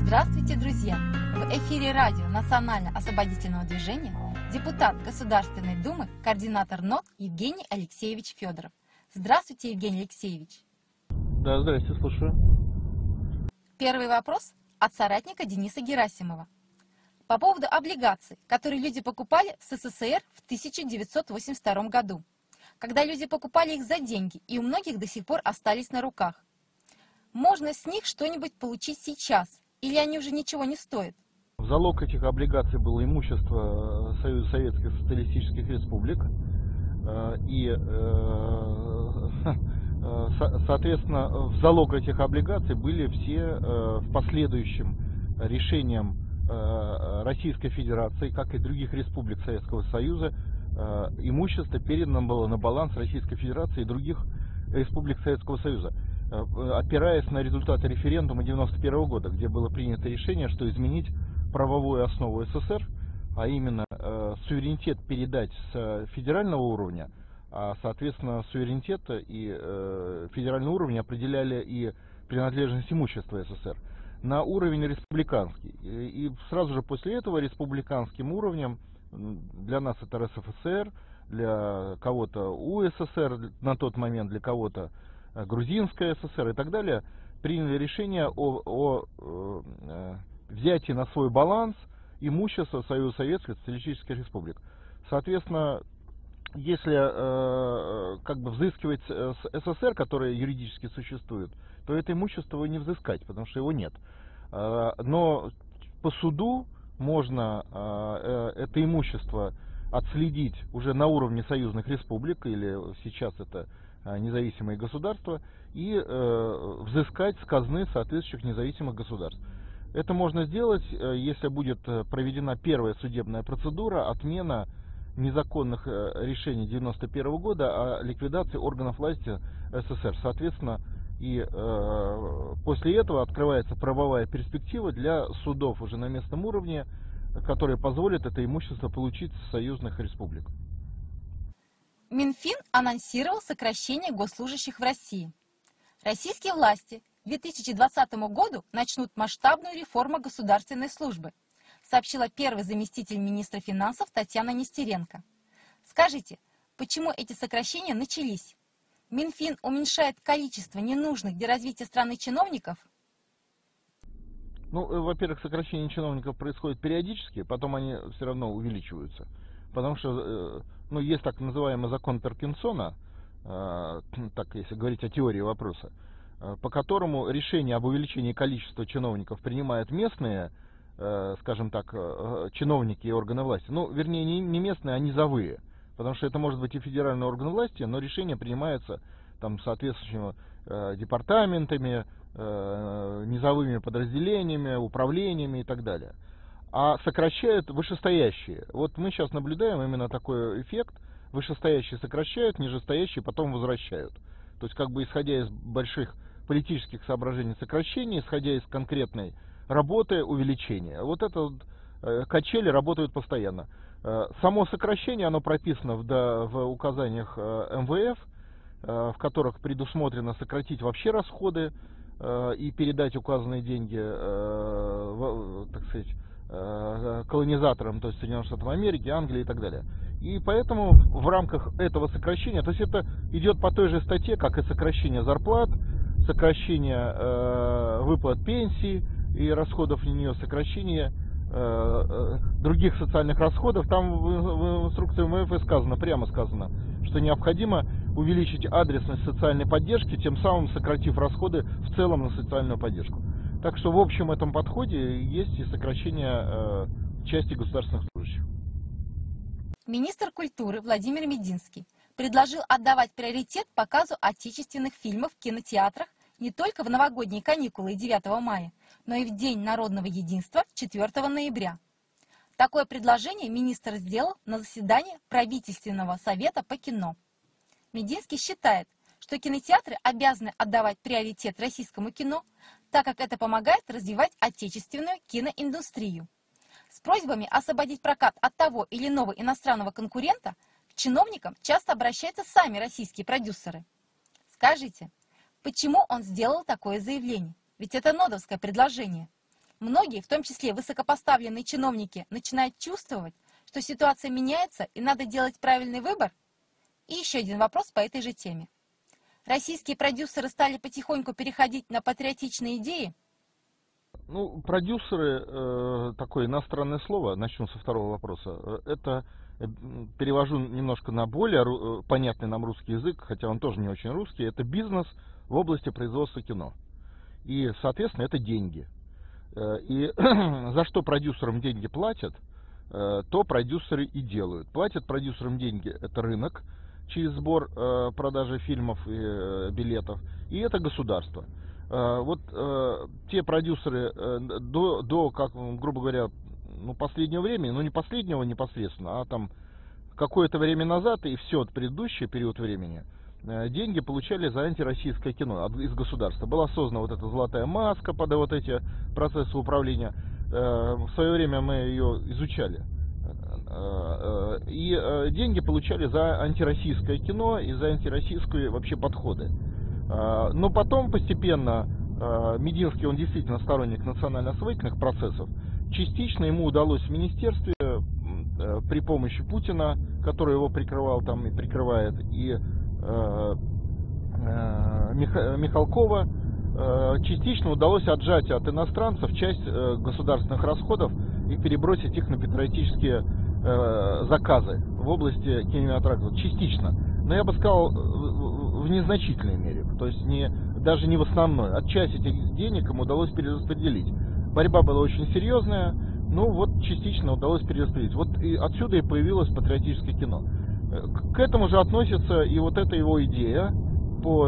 Здравствуйте, друзья! В эфире радио Национально-освободительного движения депутат Государственной Думы, координатор НОТ Евгений Алексеевич Федоров. Здравствуйте, Евгений Алексеевич! Да, здрасте, слушаю. Первый вопрос от соратника Дениса Герасимова. По поводу облигаций, которые люди покупали в СССР в 1982 году, когда люди покупали их за деньги, и у многих до сих пор остались на руках. Можно с них что-нибудь получить сейчас, или они уже ничего не стоят? В залог этих облигаций было имущество Союза Советских Социалистических Республик. И, соответственно, в залог этих облигаций были все в последующем решением Российской Федерации, как и других республик Советского Союза, имущество передано было на баланс Российской Федерации и других республик Советского Союза, опираясь на результаты референдума 1991 года, где было принято решение, что изменить правовую основу СССР, а именно суверенитет передать с федерального уровня, а соответственно суверенитет и федеральный уровень определяли и принадлежность имущества СССР на уровень республиканский. И сразу же после этого республиканским уровнем, для нас это РСФСР, для кого-то УССР на тот момент, для кого-то Грузинская ССР и так далее, приняли решение о взятии на свой баланс имущества Союза Советских Социалистических Республик. Соответственно, если как бы взыскивать с СССР, который юридически существует, то это имущество не взыскать, потому что его нет. Но по суду можно это имущество отследить уже на уровне союзных республик, или сейчас это независимые государства, и взыскать с казны соответствующих независимых государств. Это можно сделать, если будет проведена первая судебная процедура, отмена незаконных решений 1991 года о ликвидации органов власти СССР. Соответственно, и после этого открывается правовая перспектива для судов уже на местном уровне, которые позволят это имущество получить с союзных республик. Минфин анонсировал сокращение госслужащих в России. Российские власти к 2020 году начнут масштабную реформу государственной службы, сообщила первый заместитель министра финансов Татьяна Нестеренко. Скажите, почему эти сокращения начались? Минфин уменьшает количество ненужных для развития страны чиновников? Ну, во-первых, сокращение чиновников происходит периодически, потом они все равно увеличиваются. Потому что, ну, есть так называемый закон Паркинсона, так если говорить о теории вопроса, по которому решение об увеличении количества чиновников принимают местные, скажем так, чиновники и органы власти. Ну, вернее, не местные, а низовые. Потому что это может быть и федеральный орган власти, но решение принимается там соответствующими департаментами, низовыми подразделениями, управлениями и так далее. А сокращают вышестоящие. Вот мы сейчас наблюдаем именно такой эффект. Вышестоящие сокращают, нижестоящие потом возвращают. То есть, как бы исходя из больших политических соображений сокращения, исходя из конкретной работы увеличения. Вот это вот, качели работают постоянно. Само сокращение, оно прописано в указаниях МВФ, в которых предусмотрено сократить вообще расходы и передать указанные деньги, так сказать, колонизаторам, то есть Соединенным Штатам Америки, Англии и так далее. И поэтому в рамках этого сокращения, то есть это идет по той же статье, как и сокращение зарплат, сокращение выплат пенсий и расходов на нее, сокращение других социальных расходов. Там в инструкции МВФ сказано, прямо сказано, что необходимо увеличить адресность социальной поддержки, тем самым сократив расходы в целом на социальную поддержку. Так что в общем этом подходе есть и сокращение части государственных служащих. Министр культуры Владимир Мединский предложил отдавать приоритет показу отечественных фильмов в кинотеатрах не только в новогодние каникулы и 9 мая, но и в День народного единства 4 ноября. Такое предложение министр сделал на заседании правительственного совета по кино. Мединский считает, что кинотеатры обязаны отдавать приоритет российскому кино, так как это помогает развивать отечественную киноиндустрию. С просьбами освободить прокат от того или иного иностранного конкурента к чиновникам часто обращаются сами российские продюсеры. Скажите, почему он сделал такое заявление? Ведь это нодовское предложение. Многие, в том числе высокопоставленные чиновники, начинают чувствовать, что ситуация меняется и надо делать правильный выбор? И еще один вопрос по этой же теме. Российские продюсеры стали потихоньку переходить на патриотичные идеи? Ну, продюсеры, такое иностранное слово, начну со второго вопроса, это, перевожу немножко на более понятный нам русский язык, хотя он тоже не очень русский, это бизнес в области производства кино. И, соответственно, это деньги. И за что продюсерам деньги платят, то продюсеры и делают. Платят продюсерам деньги, это рынок, через сбор продажи фильмов и билетов, и это государство. Вот те продюсеры до как, грубо говоря, ну, последнего времени, ну не последнего непосредственно, а там какое-то время назад и все от предыдущий период времени, деньги получали за антироссийское кино из государства. Была создана вот эта золотая маска под вот эти процессы управления. В свое время мы ее изучали. И деньги получали за антироссийское кино и за антироссийские вообще подходы. Но потом постепенно Мединский, он действительно сторонник национально-освоительных процессов. Частично ему удалось в министерстве при помощи Путина, который его прикрывал там и прикрывает, и Михалкова, частично удалось отжать от иностранцев часть государственных расходов и перебросить их на патриотические заказы в области кинематографа. Частично. Но я бы сказал, в незначительной мере. То есть даже не в основной. От части этих денег им удалось перераспределить. Борьба была очень серьезная, ну вот частично удалось перераспределить. Вот и отсюда и появилось патриотическое кино. К этому же относится и вот эта его идея по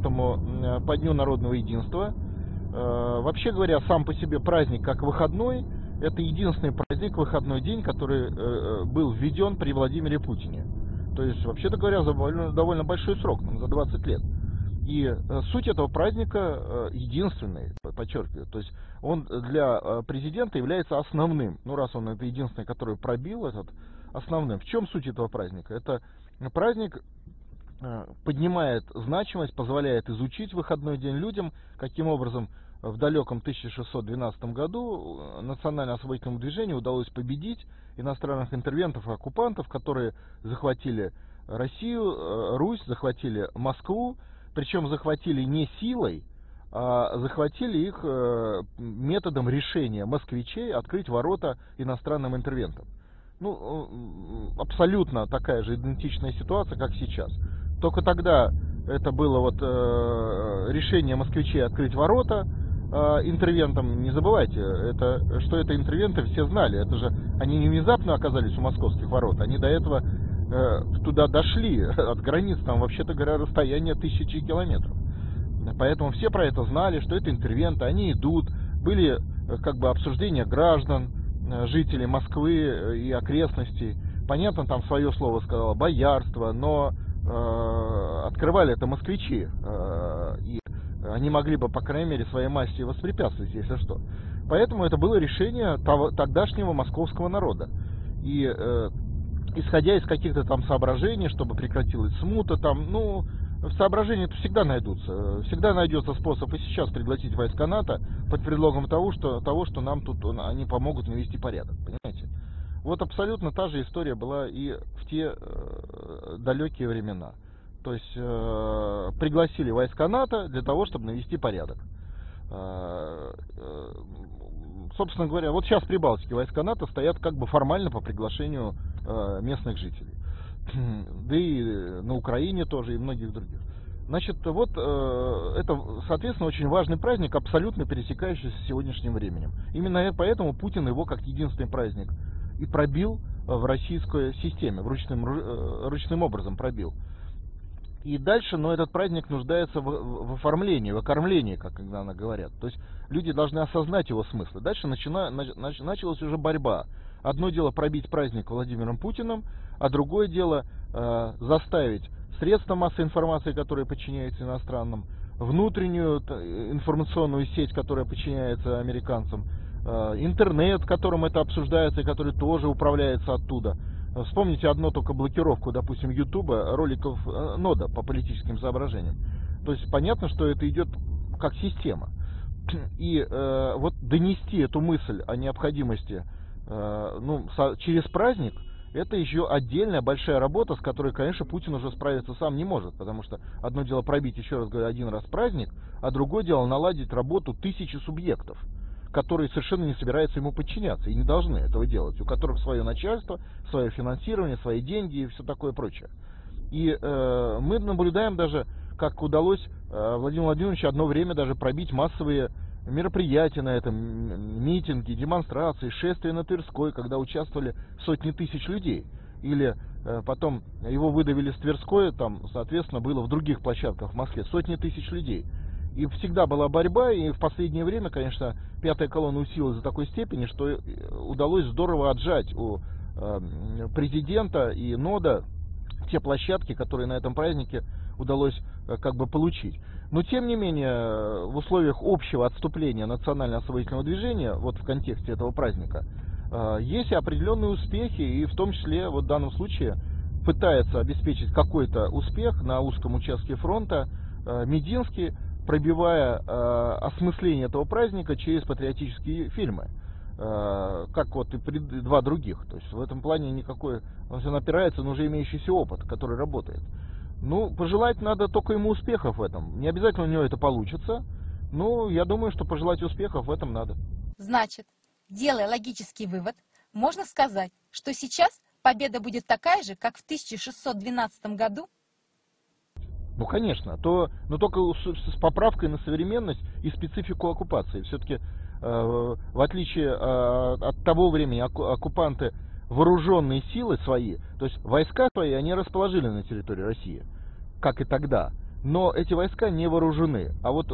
Дню народного единства. Вообще говоря, сам по себе праздник как выходной, это единственный праздник, выходной день, который был введен при Владимире Путине. То есть, вообще-то говоря, за довольно большой срок, за 20 лет. И суть этого праздника единственный, подчеркиваю. То есть, он для президента является основным. Ну, раз он это единственный, который пробил этот основным. В чем суть этого праздника? Это праздник поднимает значимость, позволяет изучить выходной день людям, каким образом в далеком 1612 году национально-освободительному движению удалось победить иностранных интервентов и оккупантов, которые захватили Россию, Русь, захватили Москву, причем захватили не силой, а захватили их методом решения москвичей открыть ворота иностранным интервентам. Ну, абсолютно такая же идентичная ситуация, как сейчас. Только тогда это было вот решение москвичей открыть ворота интервентам. Не забывайте, что это интервенты, все знали. Это же они не внезапно оказались у московских ворот, они до этого туда дошли. От границ там, вообще-то говоря, расстояние 1000 километров. Поэтому все про это знали, что это интервенты, они идут. Были как бы обсуждения граждан, жителей Москвы и окрестностей. Понятно, там свое слово сказало боярство, но открывали это москвичи, и они могли бы, по крайней мере, своей масти воспрепятствовать, если что. Поэтому это было решение тогдашнего московского народа. И исходя из каких-то там соображений, чтобы прекратилась смута, там, ну, соображения -то всегда найдутся. Всегда найдется способ и сейчас пригласить войска НАТО под предлогом того, что нам тут они помогут навести порядок. Понимаете? Вот абсолютно та же история была и в те далекие времена. То есть пригласили войска НАТО для того, чтобы навести порядок. Собственно говоря, вот сейчас в Прибалтике войска НАТО стоят как бы формально по приглашению местных жителей. Да и на Украине тоже, и многих других. Значит, вот это, соответственно, очень важный праздник, абсолютно пересекающийся с сегодняшним временем. Именно поэтому Путин его как единственный праздник и пробил в российской системе, ручным образом пробил. И дальше, но этот праздник нуждается в оформлении, в окормлении, как иногда говорят. То есть люди должны осознать его смысл. Дальше началась уже борьба. Одно дело пробить праздник Владимиром Путиным, а другое дело заставить средства массовой информации, которые подчиняются иностранным, внутреннюю информационную сеть, которая подчиняется американцам, интернет, которым это обсуждается и который тоже управляется оттуда. Вспомните одну только блокировку, допустим, Ютуба, роликов нода по политическим соображениям. То есть понятно, что это идет как система. И вот донести эту мысль о необходимости через праздник, это еще отдельная большая работа, с которой, конечно, Путин уже справиться сам не может, потому что одно дело пробить, еще раз говорю, один раз праздник, а другое дело наладить работу тысячи субъектов, которые совершенно не собираются ему подчиняться и не должны этого делать, у которых свое начальство, свое финансирование, свои деньги и все такое прочее. И мы наблюдаем даже, как удалось Владимиру Владимировичу одно время даже пробить массовые мероприятия на этом, митинги, демонстрации, шествия на Тверской, когда участвовали сотни тысяч людей. Или потом его выдавили с Тверской, там, соответственно, было в других площадках в Москве сотни тысяч людей. И всегда была борьба, и в последнее время, конечно, пятая колонна усилилась до такой степени, что удалось здорово отжать у президента и нода те площадки, которые на этом празднике удалось как бы получить. Но тем не менее, в условиях общего отступления национально-освободительного движения, вот в контексте этого праздника, есть определенные успехи, и в том числе вот в данном случае пытается обеспечить какой-то успех на узком участке фронта Мединский, пробивая осмысление этого праздника через патриотические фильмы, как вот и два других. То есть в этом плане никакой, он опирается на уже имеющийся опыт, который работает. Ну, пожелать надо только ему успехов в этом. Не обязательно у него это получится, но я думаю, что пожелать успехов в этом надо. Значит, делая логический вывод, можно сказать, что сейчас победа будет такая же, как в 1612 году? Ну, конечно, но только с поправкой на современность и специфику оккупации. Все-таки, в отличие от того времени, оккупанты вооруженные силы свои, то есть войска свои, они расположили на территории России, как и тогда. Но эти войска не вооружены. А вот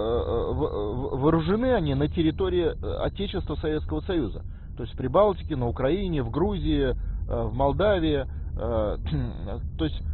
вооружены они на территории Отечества Советского Союза. То есть в Прибалтике, на Украине, в Грузии, в Молдавии. То есть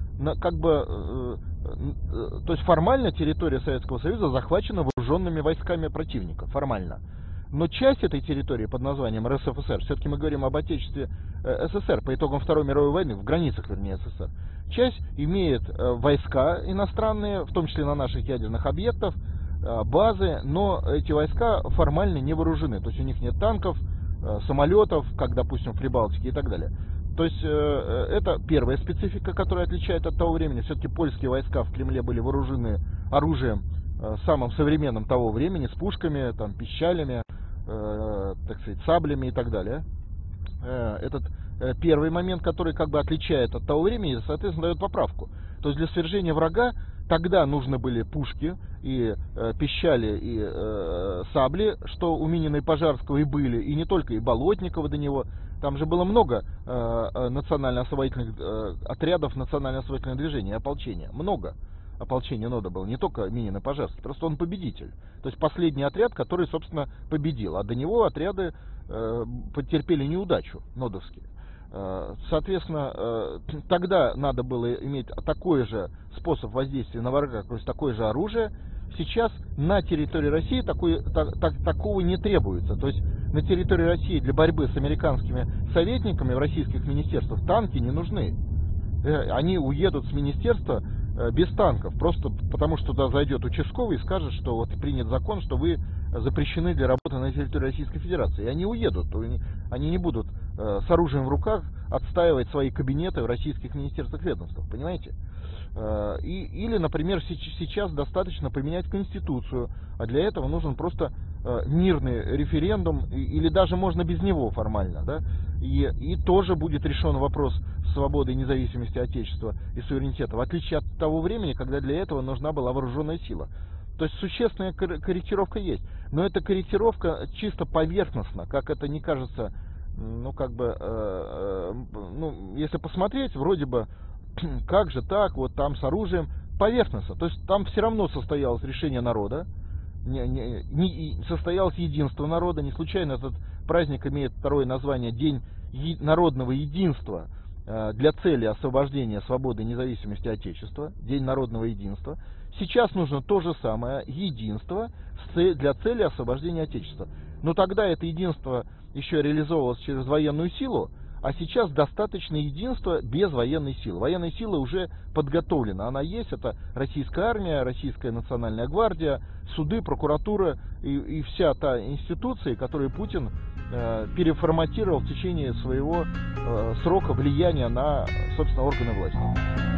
то есть формально территория Советского Союза захвачена вооруженными войсками противника, формально. Но часть этой территории под названием РСФСР, все-таки мы говорим об Отечестве СССР по итогам Второй мировой войны, в границах, вернее, СССР, часть имеет войска иностранные, в том числе на наших ядерных объектах, базы, но эти войска формально не вооружены, то есть у них нет танков, самолетов, как, допустим, в Прибалтике и так далее. То есть это первая специфика, которая отличает от того времени. Все-таки польские войска в Кремле были вооружены оружием самым современным того времени, с пушками, там, пищалями, так сказать, саблями и так далее. Этот первый момент, который как бы отличает от того времени, и, соответственно, дает поправку. То есть для свержения врага тогда нужны были пушки и пищали, и сабли, что у Минина и Пожарского и были, и не только, и Болотникова до него. Там же было много национально-освободительных отрядов, национально-освободительного движения, ополчения. Много ополчения нода было, не только Минин и Пожарский, просто он победитель. То есть последний отряд, который, собственно, победил. А до него отряды потерпели неудачу, нодовские. Соответственно, тогда надо было иметь такой же способ воздействия на врага, то есть такое же оружие. Сейчас на территории России такого не требуется. То есть на территории России для борьбы с американскими советниками в российских министерствах танки не нужны. Они уедут с министерства без танков, просто потому что туда зайдет участковый и скажет, что вот принят закон, что вы запрещены для работы на территории Российской Федерации. И они уедут, они не будут с оружием в руках отстаивать свои кабинеты в российских министерствах, ведомствах, понимаете? Или, например, сейчас достаточно поменять Конституцию, а для этого нужен просто мирный референдум, или даже можно без него формально, да? И тоже будет решен вопрос свободы и независимости Отечества и суверенитета, в отличие от того времени, когда для этого нужна была вооруженная сила. То есть существенная корректировка есть, но эта корректировка чисто поверхностна, как это не кажется, ну как бы, если посмотреть, вроде бы, как же так, вот там с оружием, поверхностно, то есть там все равно состоялось решение народа, состоялось единство народа, не случайно этот праздник имеет второе название День народного единства для цели освобождения свободы и независимости Отечества, День народного единства. Сейчас нужно то же самое, единство для цели освобождения Отечества. Но тогда это единство еще реализовывалось через военную силу, А сейчас достаточно единства без военной силы. Военная сила уже подготовлена, она есть. Это российская армия, российская национальная гвардия, суды, прокуратура и вся та институция, которую Путин переформатировал в течение своего срока влияния на, собственно, органы власти.